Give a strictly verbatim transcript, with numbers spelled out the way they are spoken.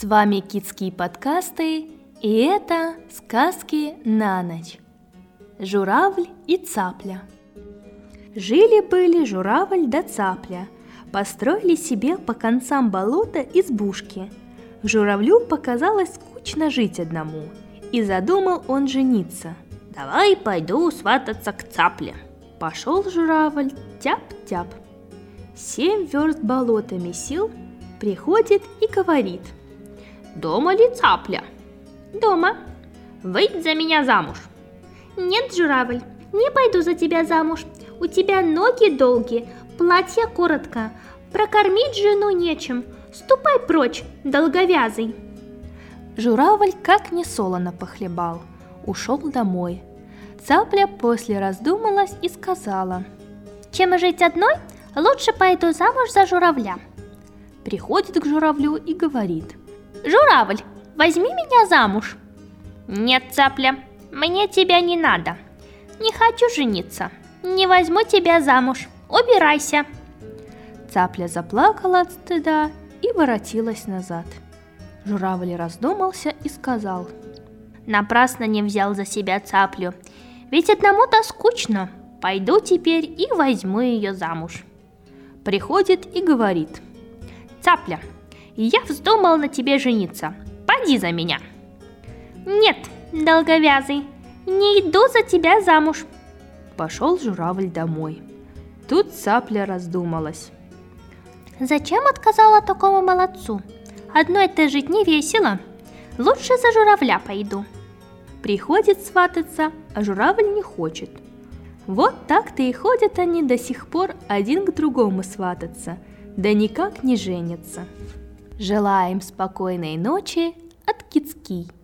С вами Китские подкасты, и это сказки на ночь. Журавль и цапля. Жили-были журавль да цапля, построили себе по концам болота избушки. Журавлю показалось скучно жить одному, и задумал он жениться. «Давай пойду свататься к цапле». Пошел журавль тяп-тяп. Семь верст болотами сил, приходит и говорит: «Дома ли цапля?» «Дома». «Выйдь за меня замуж». «Нет, журавль, не пойду за тебя замуж. У тебя ноги долгие, платье коротко, прокормить жену нечем. Ступай прочь, долговязый». Журавль как не солоно похлебал, ушел домой. Цапля после раздумалась и сказала: «Чем жить одной, лучше пойду замуж за журавля». Приходит к журавлю и говорит: «Журавль, возьми меня замуж». «Нет, цапля, мне тебя не надо». «Не хочу жениться, не возьму тебя замуж, убирайся». Цапля заплакала от стыда и воротилась назад. Журавль раздумался и сказал: «Напрасно не взял за себя цаплю, ведь одному-то скучно. Пойду теперь и возьму ее замуж». Приходит и говорит: «Цапля, я вздумал на тебе жениться, поди за меня». «Нет, долговязый, не иду за тебя замуж». Пошел журавль домой. Тут цапля раздумалась. «Зачем отказала такому молодцу? Одной-то жить не весело. Лучше за журавля пойду». Приходит свататься, а журавль не хочет. Вот так-то и ходят они до сих пор один к другому свататься, да никак не женятся. Желаем спокойной ночи от Кицки.